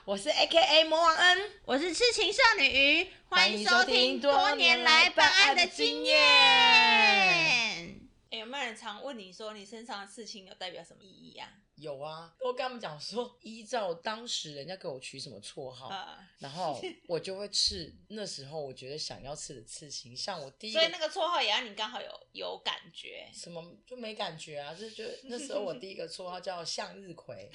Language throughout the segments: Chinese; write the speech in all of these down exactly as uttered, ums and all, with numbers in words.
我是 A K A 魔王恩， 我是痴情少女鱼，欢迎收听多年来办案的经验。欸、有没有人常问你说你身上的刺青有代表什么意义啊？ 有啊，我跟他们讲说，依照当时人家给我取什么绰号、呃、然后我就会刺那时候我觉得想要刺的刺青。像我第一个， 所以那个绰号也要你刚好有有感觉。 什么就没感觉啊，就觉得那时候我第一个绰号叫向日葵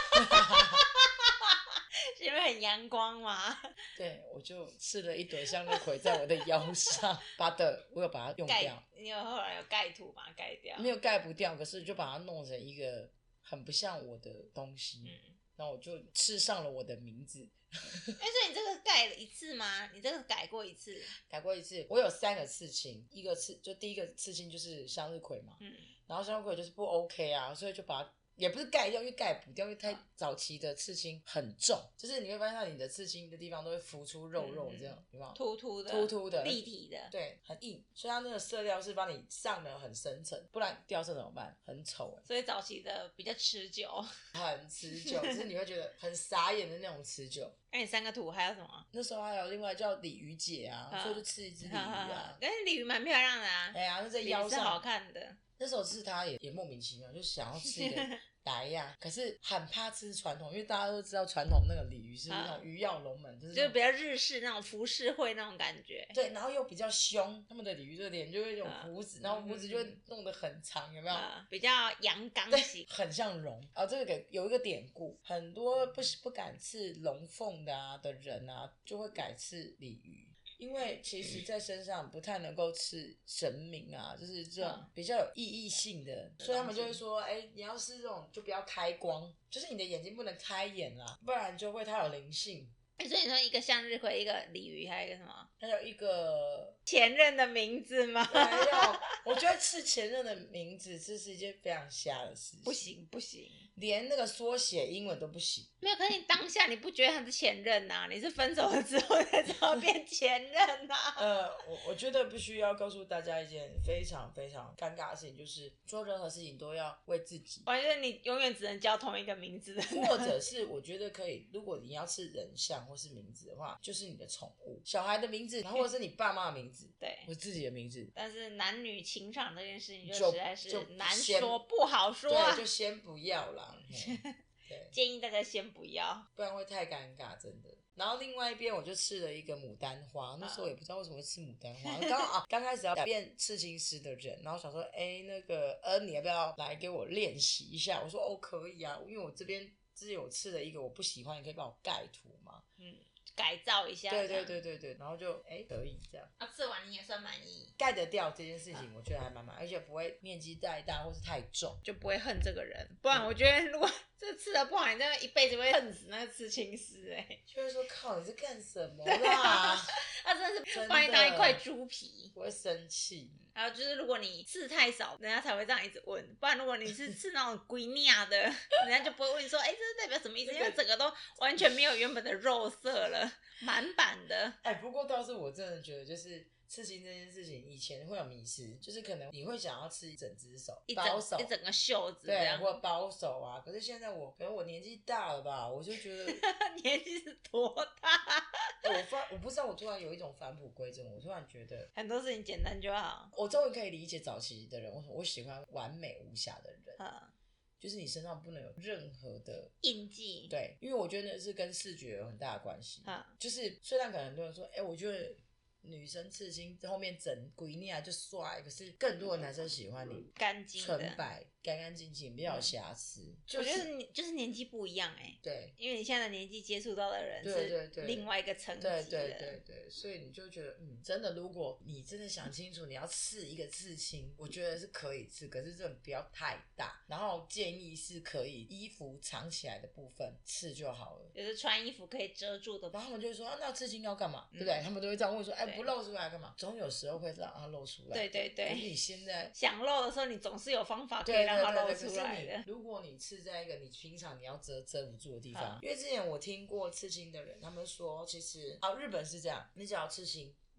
是因为很阳光吗？ 对，我就刺了一朵向日葵在我的腰上把的我有把它用掉。 你有后来有盖图把它盖掉？ 没有盖不掉，可是就把它弄成一个很不像我的东西、嗯、然后我就刺上了我的名字。 哎、欸，所以你这个改了一次吗？你这个改过一次？ 改过一次。我有三个刺青，一个刺就第一个刺青就是向日葵嘛，嗯，然后向日葵就是不 OK 啊，所以就把它也不是盖掉，因为盖不掉，因为太早期的刺青很重，就是你会发现你的刺青的地方都会浮出肉肉这样，嗯、有没有？ 凸凸的， 凸凸的， 立体的， 对，很硬，所以它那个色调是帮你上的很深层，不然掉色怎么办？很丑哎。 所以早期的比较持久， 很持久，就是你会觉得很傻眼的那种持久。 那你三个图还有什么？ 那时候还有另外叫鲤鱼姐啊，啊所以就刺一只鲤鱼啊。 但是鲤鱼蛮漂亮的啊， 哎呀，那在腰上是好看的。 那时候刺它也也莫名其妙，就想要刺一个来呀，可是很怕吃传统，因为大家都知道传统那个鲤鱼是那种鱼跃龙门，就是就比较日式那种浮世绘那种感觉。 对，然后又比较凶，他们的鲤鱼的脸就会有胡子，然后胡子就会弄得很长，有没有？ 呃、比较阳刚型， 很像龙。然后这个有一个典故，很多不不敢刺龙凤的啊的人啊，就会改刺鲤鱼。因为其实在身上不太能够刺神明啊，就是这种比较有意义性的、嗯、所以他们就会说哎，你要是这种就不要开光，就是你的眼睛不能开眼啦，不然就会太有灵性。 欸、所以你说一个向日葵，一个鲤鱼，还有一个什么？ 还有一个前任的名字吗？ 没有，我觉得刺前任的名字这是一件非常瞎的事情。 不行不行， 连那个缩写英文都不行。 没有，可是你当下你不觉得他是前任啊？你是分手了之后才知道变前任啊？ 呃，我我觉得必须要告诉大家一件非常非常尴尬的事情，就是做任何事情都要为自己。 我觉得你永远只能叫同一个名字的， 或者是我觉得可以，如果你要是人像或是名字的话，就是你的宠物小孩的名字，然后或者是你爸妈的名字， 对， 或自己的名字。 但是男女情场这件事情就实在是难说不好说、啊、 对，就先不要啦。对， 建议大家先不要， 不然会太尴尬，真的。然后另外一边我就刺了一个牡丹花，那时候也不知道为什么会刺牡丹花，刚好啊，刚开始要改变刺青师的人，然后想说，哎，那个恩，你要不要来给我练习一下？我说哦，可以啊，因为我这边之前有刺了一个我不喜欢，你可以帮我盖图吗？嗯。 改造一下， 对对对对对，然后就哎可以这样。 啊，刺完你也算满意， 盖得掉这件事情，我觉得还蛮满，而且不会面积太大或是太重， 就不会恨这个人。不然我觉得如果这刺的不好，你真的一辈子会恨死那个刺青师哎、欸。 就会说靠，你是干什么啦？ 他真的是把你当一块猪皮， 我会生气。 还有就是，如果你刺太少，人家才会这样一直问。不然，如果你是刺那种龟脓的，人家就不会问说：“哎、欸，这是代表什么意思？”因为整个都完全没有原本的肉色了，满版的。 哎，不过倒是我真的觉得，就是刺青这件事情，以前会有迷思，就是可能你会想要刺一整只手， 一包手， 一整个袖子， 对，或包手啊。可是现在我，可能我年纪大了吧，我就觉得年纪是多大？ 我发，我不知道，我突然有一种返璞归真，我突然觉得很多事情简单就好。 我终于可以理解早期的人，我喜欢完美无瑕的人。 嗯， 就是你身上不能有任何的印记。 对，因为我觉得那是跟视觉有很大的关系。 嗯， 就是虽然可能很多人说，哎、欸，我觉得女生刺青后面整鬼念啊就帅，可是更多的男生喜欢你干净、 纯白、干干净净，不要有瑕疵。嗯就是、我觉得你就是年纪不一样哎、欸， 对， 因为你现在的年纪接触到的人是另外一个层级的， 对对对对，所以你就觉得，嗯，真的，如果你真的想清楚你要刺一个刺青，我觉得是可以刺，可是真的不要太大，然后建议是可以衣服藏起来的部分刺就好了， 就是穿衣服可以遮住的部分。 然后他们就会说，啊，那刺青要干嘛？嗯、对不对？他们都会这样问说，哎，不露出来干嘛？总有时候会让它露出来。 对对对。 可是你现在想露的时候，你总是有方法可以让它露出来的。 如果你刺在一个你平常你要遮遮不住的地方，因为之前我听过刺青的人，他们说其实啊，日本是这样，你只要刺青。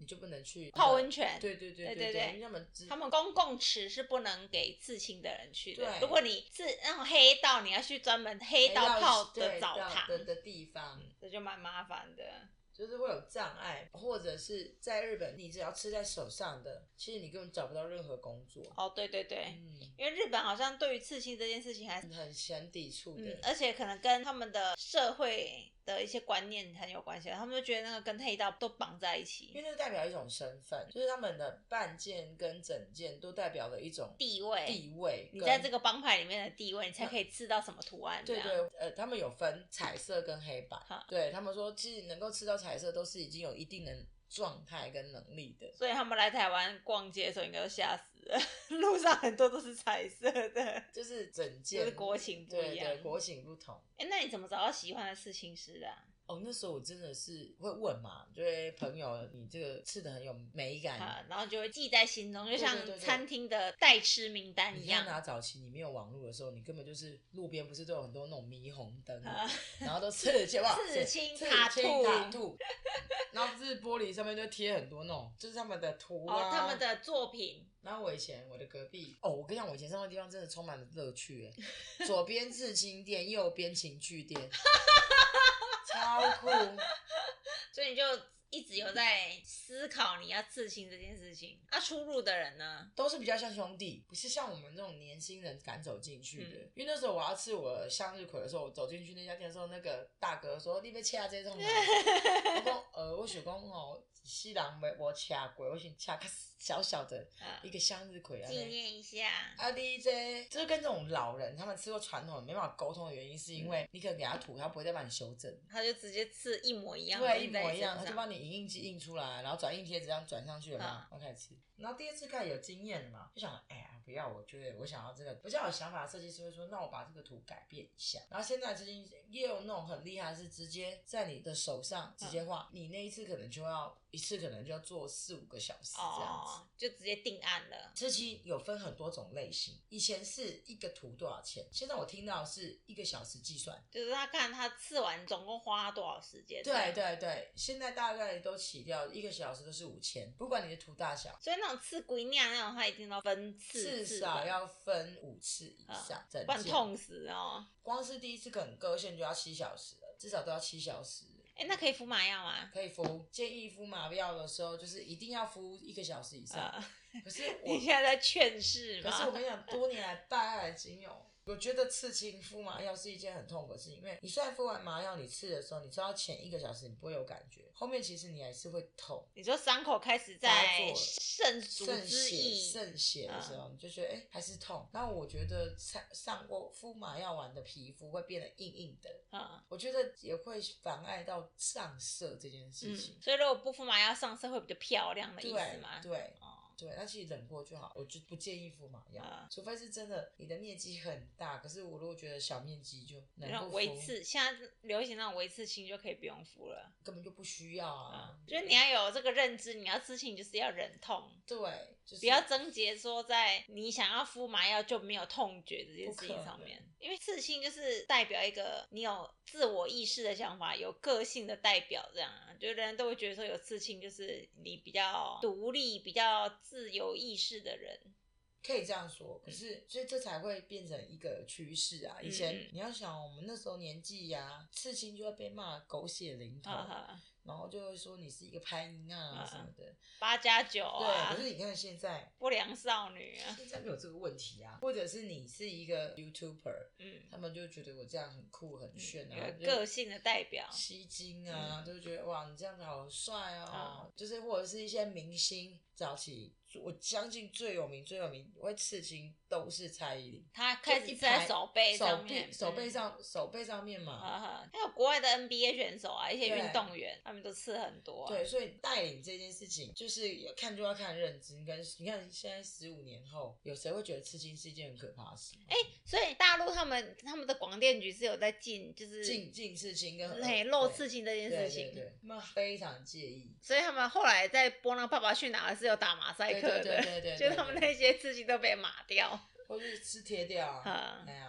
你就不能去泡温泉。 对对对对对对，因为他们他们公共池是不能给刺青的人去的。 对， 如果你是那种黑道，你要去专门黑道泡的澡堂的的地方， 嗯，这就蛮麻烦的。 就是会有障碍，或者是在日本，你只要吃在手上的，其实你根本找不到任何工作。 哦，对对对， 嗯， 因为日本好像对于刺青这件事情还是很很抵触的、 嗯，而且可能跟他们的社会的一些观念很有关系，他们就觉得那个跟黑道都绑在一起， 因为那代表一种身份，就是他们的半件跟整件都代表了一种地位， 地位， 你在这个帮派里面的地位，你才可以刺到什么图案。 对对，呃，他们有分彩色跟黑白，对他们说，其实能够吃到彩色都是已经有一定的状态跟能力的， 所以他们来台湾逛街的时候应该都吓死了，路上很多都是彩色的， 就是整件， 就是国情不一样， 对对，国情不同。 哎，那你怎么找到喜欢的刺青师的啊？ 哦，那时候我真的是会问嘛，就会朋友，你这个刺的很有美感， 啊，然后就会记在心中，就像餐厅的待吃名单一样。 你看拿早期你没有网络的时候，你根本就是路边不是都有很多那种霓虹灯，啊、然后都刺青哇， 刺青塔兔， 塔兔，然后不是玻璃上面就贴很多那种，就是他们的图啊， 哦、他们的作品。 然后我以前我的隔壁哦，我跟你讲，我以前生活的地方真的充满了乐趣哎，左边刺青店，右边情趣店。超酷， 所以你就一直有在思考你要刺青这件事情。那、啊、出入的人呢， 都是比较像兄弟，不是像我们这种年轻人敢走进去的。嗯、因为那时候我要刺我向日葵的时候，我走进去那家店的时候，那个大哥说：“你要切啊这种。”我说：“呃，我想讲哦，西人没我切过，我想切个小小的一个向日葵啊， 纪念一下。 啊，你这就是跟这种老人他们吃过传统的没办法沟通的原因，是因为你可能给他涂，他不会再帮你修正， 他就直接刺一模一样， 对，一模一样，他就帮你影印机印出来，然后转印贴纸这样转上去了嘛，我开始吃。然后第二次开始有经验了嘛，就想，哎呀，不要，我觉得我想要这个比较有想法的设计师会说，那我把这个图改变一下。然后现在最近也有那种很厉害，是直接在你的手上直接画，嗯、你那一次可能就要一次可能就要做四五个小时这样子， 哦、就直接定案了。 刺青有分很多种类型，以前是一个图多少钱，现在我听到是一个小时计算， 就是他看他刺完总共花多少时间。 对对对，现在大概都起掉一个小时都是五千，不管你的图大小。 所以那种刺龟娘那种，它一定要分次， 至少要分五次以上， 嗯、不然痛死哦。 光是第一次可能割线就要七小时了，至少都要七小时。 哎、欸，那可以敷麻药吗？ 可以敷，建议敷麻药的时候就是一定要敷一个小时以上。嗯、可是我你现在在劝世吗？ 可是我跟你讲，多年来拜爱的经有。我觉得刺青敷麻药是一件很痛苦的事情，因为你虽然敷完麻药，你刺的时候，你知道前一个小时你不会有感觉，后面其实你还是会痛。 你说伤口开始在渗出之意、 渗血的时候，嗯、你就觉得哎、欸、还是痛。然后我觉得上过敷麻药完的皮肤会变得硬硬的，嗯，我觉得也会妨碍到上色这件事情。 嗯、所以如果不敷麻药上色会比较漂亮的意思吗？ 对。对哦对，那其实冷过就好，我就不建议敷麻药，嗯、除非是真的你的面积很大。可是我如果觉得小面积就能够敷， 微刺，现在流行那种微刺青就可以不用敷了， 根本就不需要啊。 嗯、就是你要有这个认知，你要刺青就是要忍痛， 对，就是不要症结说在你想要敷麻药就没有痛觉这件事情上面。因为刺青就是代表一个你有自我意识的想法，有个性的代表，这样啊，就人都会觉得说有刺青就是你比较独立、比较自由意识的人。 可以这样说，可是所以这才会变成一个趋势啊！以前、嗯、你要想，我们那时候年纪呀、啊，刺青就会被骂狗血淋头。啊然后就会说你是一个拍音啊什么的， 八加九啊。 对，可是你看现在不良少女啊， 现在没有这个问题啊。或者是你是一个 YouTuber， 嗯，他们就觉得我这样很酷很炫啊， 有个性的代表， 吸睛啊，嗯、就觉得哇你这样子好帅哦。嗯、就是或者是一些明星早期，我相信最有名最有名会刺青都是蔡依林， 她开始刺在手背上面， 手背上、嗯、手背上面嘛。 还、嗯、有国外的 N B A 选手啊，一些运动员。他们都刺很多、啊， 对，所以带领这件事情就是看就要看认知。跟你看现在十五年后，有谁会觉得刺青是一件很可怕的事？ 哎、欸，所以大陆他们他们的广电局是有在禁，就是禁禁刺青跟嘿露刺青这件事情， 对对对，他们非常介意。 所以他们后来在播那个《爸爸去哪儿》是有打马赛克的， 对对对对对， 就是他们那些刺青都被码掉， 或是吃贴掉啊。哎呀。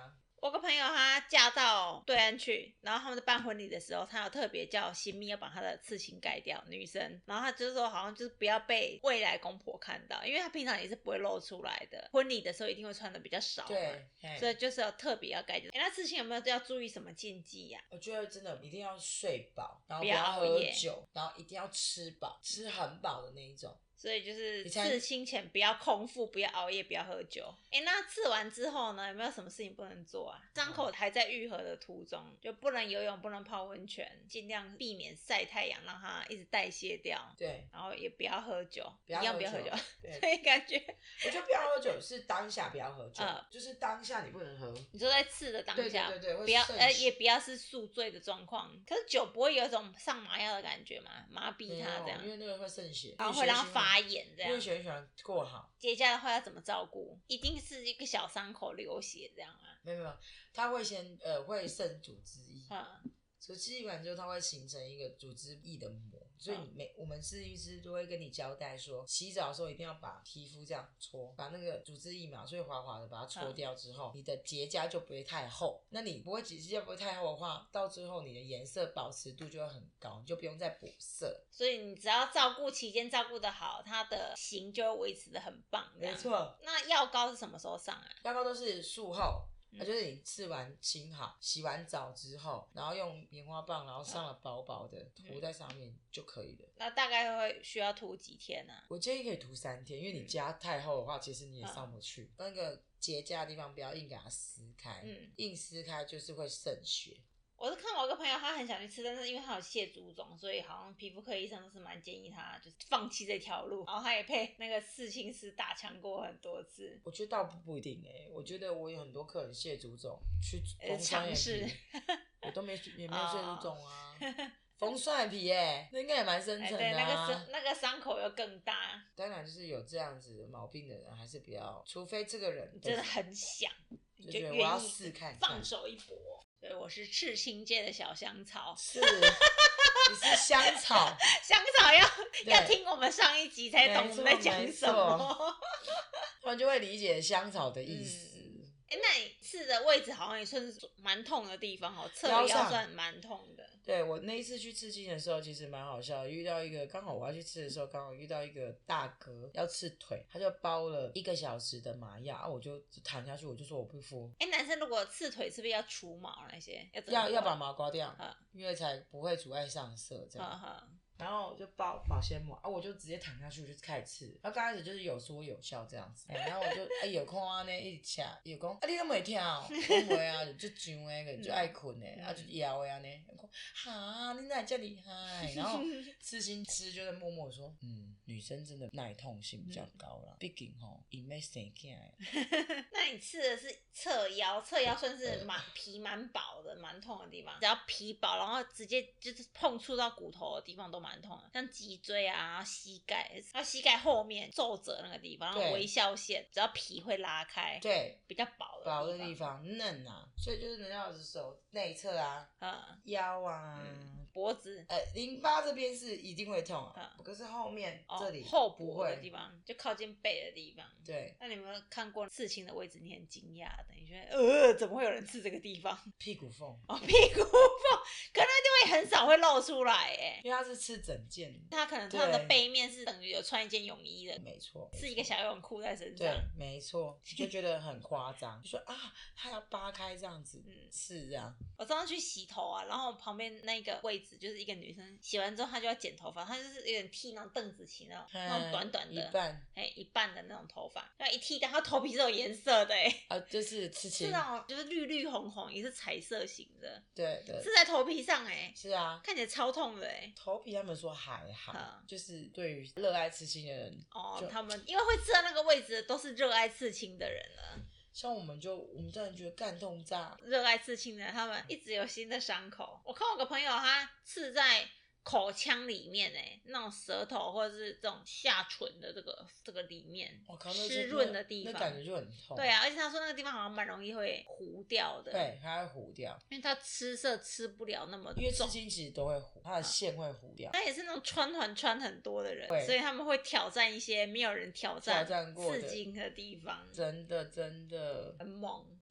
我个朋友她嫁到对岸去，然后他们在办婚礼的时候，她有特别叫新秘要把她的刺青改掉，女生，然后她就是说好像就是不要被未来公婆看到，因为她平常也是不会露出来的，婚礼的时候一定会穿的比较少嘛， 对， 所以就是要特别要改掉。哎，那刺青有没有要注意什么禁忌呀、啊？ 我觉得真的一定要睡饱，然后不要不要喝熬夜酒，然后一定要吃饱，吃很饱的那一种。 所以就是你才刺青前不要空腹，不要熬夜，不要喝酒。哎，那刺完之后呢，有没有什么事情不能做啊？伤口还在愈合的途中，就不能游泳，不能泡温泉，尽量避免晒太阳，让它一直代谢掉。 对， 然后也不要喝酒， 不要一样不要喝酒喝酒。 对所以感觉我觉得不要喝酒是当下不要喝酒， 嗯就是当下你不能喝。 你说在刺的当下， 对对对对， 不要会渗血呃也不要是宿醉的状况。可是酒不会有一种上麻药的感觉吗？麻痹没有它这样因，为那个会渗血， 然后会让它发炎这样。 因为血液循环过好。 结痂的话要怎么照顾？一定是一个小伤口流血这样啊？ 没有没有，它会先呃会渗组织液， 嗯， 组织液完之后它会形成一个组织液的膜，所以你每我们设计师都会跟你交代说，洗澡的时候一定要把皮肤这样搓，把那个组织液嘛，所以滑滑的把它搓掉之后，你的结痂就不会太厚。那你不会结痂不会太厚的话，到最后你的颜色保持度就会很高，你就不用再补色。 所以你只要照顾期间照顾的好，它的型就会维持的很棒。 没。错， 那药膏是什么时候上啊？ 药膏都是术后。 嗯那就是你刺完清好，洗完澡之后，然后用棉花棒，然后上了薄薄的涂在上面就可以了。 那大概会需要涂几天呢、啊？ 我建议可以涂三天，因为你加太厚的话，其实你也上不去。那个结痂的地方不要硬给它撕开， 嗯， 硬撕开就是会渗血。 我是看我一个朋友，他很想去吃，但是因为他有蟹足肿，所以好像皮肤科医生都是蛮建议他就是放弃这条路。然后他也被那个刺青师打枪过很多次。 我觉得倒不不一定哎、欸，我觉得我有很多客人蟹足肿去呃缝双眼尝试皮，我都没也没有蟹足肿啊。缝双眼皮哎，那应该也蛮深哎， 层对，那个的啊。 伤那个伤口又更大， 当然就是有这样子毛病的人，还是不要，除非这个人真的很想，你就就觉得我要愿意试看看放手一搏。所以我是刺青界的小香草， 是，你是香草， 香草要对要听我们上一集才懂我们在讲什么。 他们就会理解香草的意思。 哎、嗯，那你刺的位置好像也算是蛮痛的地方哦，侧腰腰上算蛮痛的。 对，我那一次去刺青的时候，其实蛮好笑的，遇到一个刚好我要去刺的时候，刚好遇到一个大哥要刺腿，他就包了一个小时的麻药，啊，我就躺下去，我就说我不敷。 哎、男生如果刺腿是不是要除毛那些？要怎么要要把刮毛刮掉， 嗯因为才不会阻碍上色这样。 呵呵然后我就包保鲜膜啊，我就直接躺下去，我就开始刺。然后刚开始就是有说有笑这样子，欸、然后我就哎、欸、有空啊呢一直掐，有讲啊你都没听哦，我袂啊，就就上诶个，就爱困诶，啊就摇诶安尼，讲哈你哪会这厉害？然后刺青师就在默默说，嗯，女生真的耐痛性比较高啦，毕竟吼因要生囝诶。 那你刺的是侧腰，侧腰算是蛮皮蛮薄的，蛮痛的地方。只要皮薄，然后直接就是碰触到骨头的地方都蛮痛的，像脊椎啊、然后膝盖，然后膝盖后面皱褶那个地方，然后对微笑线，只要皮会拉开， 对， 比较薄的薄的地方嫩啊，所以就是人家的手内侧啊、 嗯， 腰啊。 嗯脖子。 呃，淋巴这边是一定会痛啊， 嗯可是后面哦这里后不会。 脖的地方，就靠近背的地方。 对， 那你有没有看过刺青的位置？你很惊讶的，你觉得呃，怎么会有人刺这个地方？ 屁股缝， 哦，屁股缝，可那地方也很少会露出来哎。 因为它是刺整件， 他可能他的对背面是等于有穿一件泳衣的， 没错， 是一个小游泳裤在身对上。， 没错，就觉得很夸张，就说啊，他要扒开这样子， 嗯是这样， 我早上去洗头啊，然后旁边那个位置就是一个女生，洗完之后她就要剪头发，她就是有点剃那种邓紫棋那种那种短短一的， 半哎一半的那种头发，然后一剃干，她头皮是有颜色的哎， 啊，就是刺青， 是那种就是绿绿红红，也是彩色型的， 对对， 是在头皮上哎， 是啊。 看起来超痛的哎。 头皮他们说还好嗯， 就是对于热爱刺青的人，就， 哦他们因为会刺到那个位置的都是热爱刺青的人了。 像我们就我们真的觉得干痛炸， 热爱刺青的人，他们一直有新的伤口。我看我个朋友，他刺在口腔里面，哎，那种舌头或者是这种下唇的这个这个里面， 我靠，那湿润的地方， 那感觉就很痛。 对啊，而且他说那个地方好像蛮容易会糊掉的， 对，它会糊掉， 因为他吃色吃不了那么重， 因为刺青其实都会糊，它的线会糊掉。 他也是那种穿团穿很多的人， 对所以他们会挑战一些没有人挑战挑战过的刺青的地方， 真的真的， 很猛。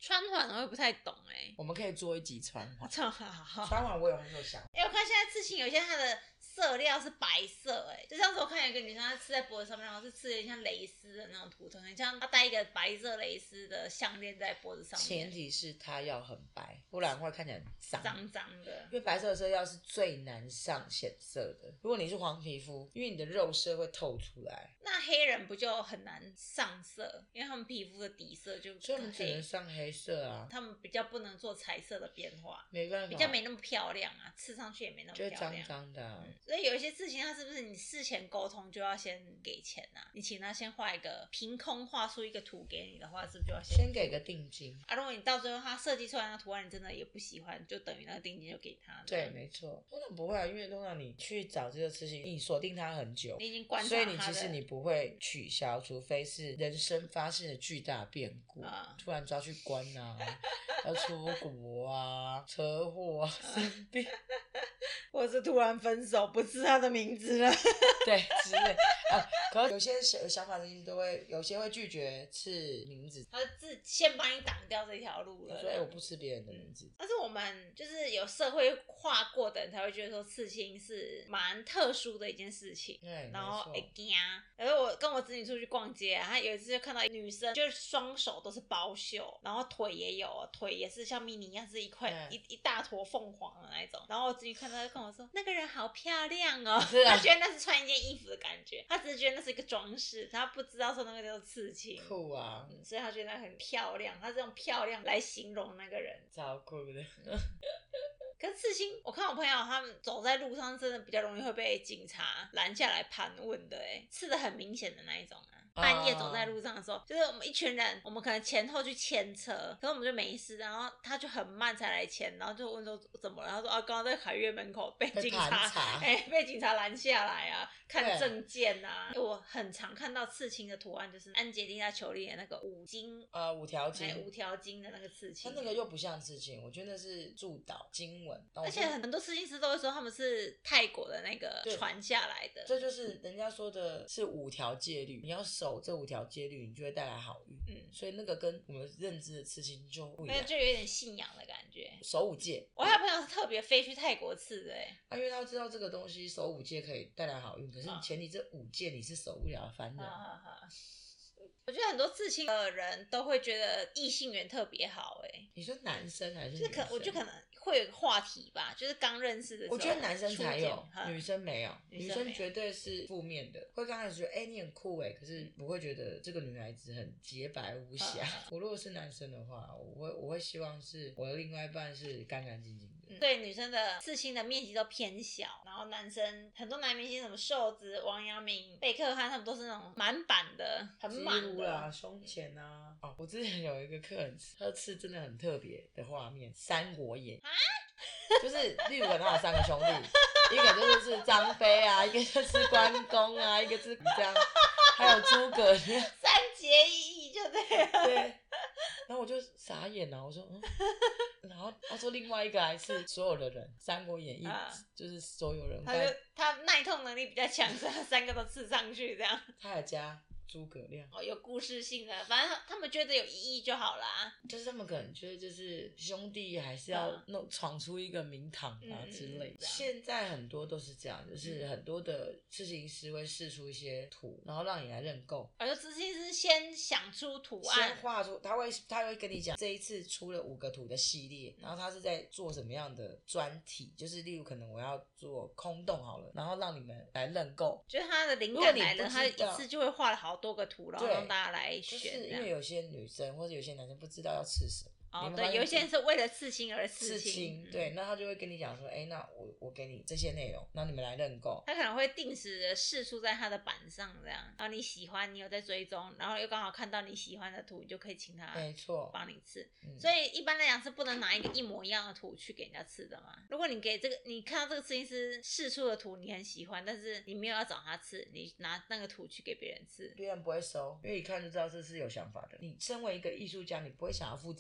穿环我也不太懂哎、欸， 我们可以做一集穿环。 穿环好， 穿环我有很有想法。 哎、欸，我看现在刺青有些它的色料是白色、欸，哎，就上次我看有一个女生她刺在脖子上面，然后是刺有点像蕾丝的那种图腾，很像她戴一个白色蕾丝的项链在脖子上面。 前提是它要很白，不然会看起来很脏脏脏的。 因为白色的色料是最难上显色的。如果你是黄皮肤，因为你的肉色会透出来。 那黑人不就很难上色，因为他们皮肤的底色就所以我们只能上黑色啊。 他们比较不能做彩色的变化， 没办法， 比较没那么漂亮啊，刺上去也没那么漂亮， 就脏脏的、啊嗯。所以有一些事情，它是不是你事前沟通就要先给钱啊？你请他先画一个，凭空画出一个图给你的话，是不是就要先先给个定金啊？如果你到最后他设计出来的图案你真的也不喜欢，就等于那个定金就给他。 对，没错。通常不会啊，因为通常你去找这个事情，你锁定它很久， 你已经观察所以你他的其实你不会取消，除非是人生发生的巨大变故， 啊、 突然抓去关啊，要出国啊，车祸啊，生病。 或是突然分手，不是他的名字了， 对，之类啊。可是有些想想法其实都会，有些会拒绝刺名字， 他自先帮你挡掉这条路了。 所以我不吃别人的名字。 但是我们就是有社会化过的人才会觉得说刺青是蛮特殊的一件事情， 对， 然后会惊。然后我跟我侄女出去逛街、啊，她有一次就看到女生，就是双手都是包袖，然后腿也有，腿也是像迷你一样是一块、嗯、一一大坨凤凰的那种。然后我侄女看到就跟我说，那个人好漂亮哦， 是啊、 她觉得那是穿一件衣服的感觉，她只是觉得那是一个装饰，她不知道说那个叫做刺青。 酷啊、 嗯！所以她觉得那很漂亮，她是用漂亮来形容那个人， 超酷的。 可是刺青，我看我朋友他们走在路上，真的比较容易会被警察拦下来盘问的，哎，刺的很明显的那一种啊。半夜走在路上的时候， uh, 就是我们一群人，我们可能前后去牵车，可是我们就没事，然后他就很慢才来牵，然后就问说怎么了，他说啊，刚刚在凯悦门口被警察，哎、欸，被警察拦下来啊，看证件啊。我很常看到刺青的图案，就是安吉丽娜·裘丽的那个五经， 呃，五条经， 哎，五条经的那个刺青， 他那个又不像刺青，我觉得那是祝祷经文， 而且很多刺青师都会说他们是泰国的那个传下来的， 这就是人家说的是五条戒律，你要守这五条戒律，你就会带来好运。嗯，所以那个跟我们认知的刺青就不一样， 就有点信仰的感觉。 守五戒， 我还有朋友是特别飞去泰国刺的、欸， 啊，因为他知道这个东西守五戒可以带来好运，可是前提这五戒你是守不了，烦人。 啊啊啊我觉得很多刺青的人都会觉得异性缘特别好、欸，哎， 你说男生还是女生？就是可，我觉得可能会有个话题吧，就是刚认识的时候。 我觉得男生才有，女生没有， 女生, 女生绝对是负面的，会刚开始觉得哎、欸、你很酷哎，可是不会觉得这个女孩子很洁白无瑕。我如果是男生的话，我会我会希望是我的另外一半是干干净净的。 嗯、对，女生的刺青的面积都偏小，然后男生很多男明星什么瘦子、王阳明、贝克汉，他们都是那种满版的，很满的啊，胸前啊。哦，我之前有一个客人，他刺真的很特别的画面，《三国演义》啊，就是例如他有三个兄弟，一个就是是张飞啊，一个就是关公啊，一个是这样，还有诸葛亮， 三结义就对了。 对。然后我就傻眼了、啊，我说嗯，然后他说另外一个还是所有的人，《三国演义》啊、就是所有人， 他就他耐痛能力比较强，所以他三个都刺上去这样。 他还加诸葛亮哦，有故事性的，反正他们觉得有意义就好啦。 就是他们可能觉得就是兄弟还是要弄闯出一个名堂啊之类的、嗯。现在很多都是这样，就是很多的刺青师会试出一些图，然后让你来认购。 而且刺青师先想出图案， 先画出，他会他会跟你讲这一次出了五个图的系列，然后他是在做什么样的专题，就是例如可能我要做空洞好了，然后让你们来认购。 就是他的灵感来了，他一次就会画了好多个图，然后让大家来选。 就是因为有些女生或者有些男生不知道要刺什么。 哦，对，有一些人是为了刺青而刺青， 刺青，对，那他就会跟你讲说，哎、欸，那我我给你这些内容，然后你们来认购。 他可能会定时的释出在他的板上，这样，然后你喜欢，你有在追踪，然后又刚好看到你喜欢的图，你就可以请他， 没错， 帮你刺、 嗯。 所以一般来讲是不能拿一个一模一样的图去给人家刺的嘛。如果你给这个，你看到这个刺青师释出的图你很喜欢，但是你没有要找他刺，你拿那个图去给别人刺， 别人不会收，因为一看就知道这是有想法的。你身为一个艺术家，你不会想要复制别人的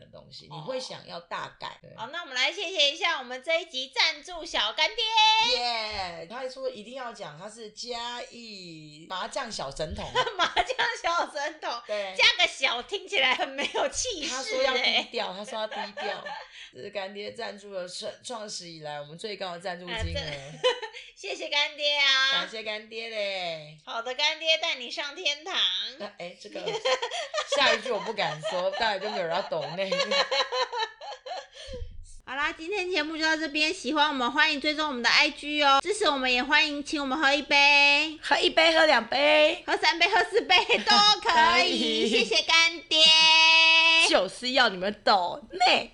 东西，你会想要大改。 好，那我们来谢谢一下我们这一集赞助小干爹。 耶、yeah, 他还说一定要讲他是嘉义麻将小神童。 麻将小神童， 对， 加个小听起来很没有气势。 他说要低调，他说要低调。这是干爹赞助了创始以来我们最高的赞助金额。啊、 谢谢干爹啊！ 感谢干爹嘞！ 好的干爹带你上天堂。 哎、欸，这个下一句我不敢说，大概就没有人要抖内。 好啦，今天节目就到这边，喜欢我们欢迎追踪我们的 I G 哦，支持我们也欢迎请我们喝一杯， 喝一杯，喝两杯， 喝三杯，喝四杯都可以。谢谢干爹， 就是要你们抖内。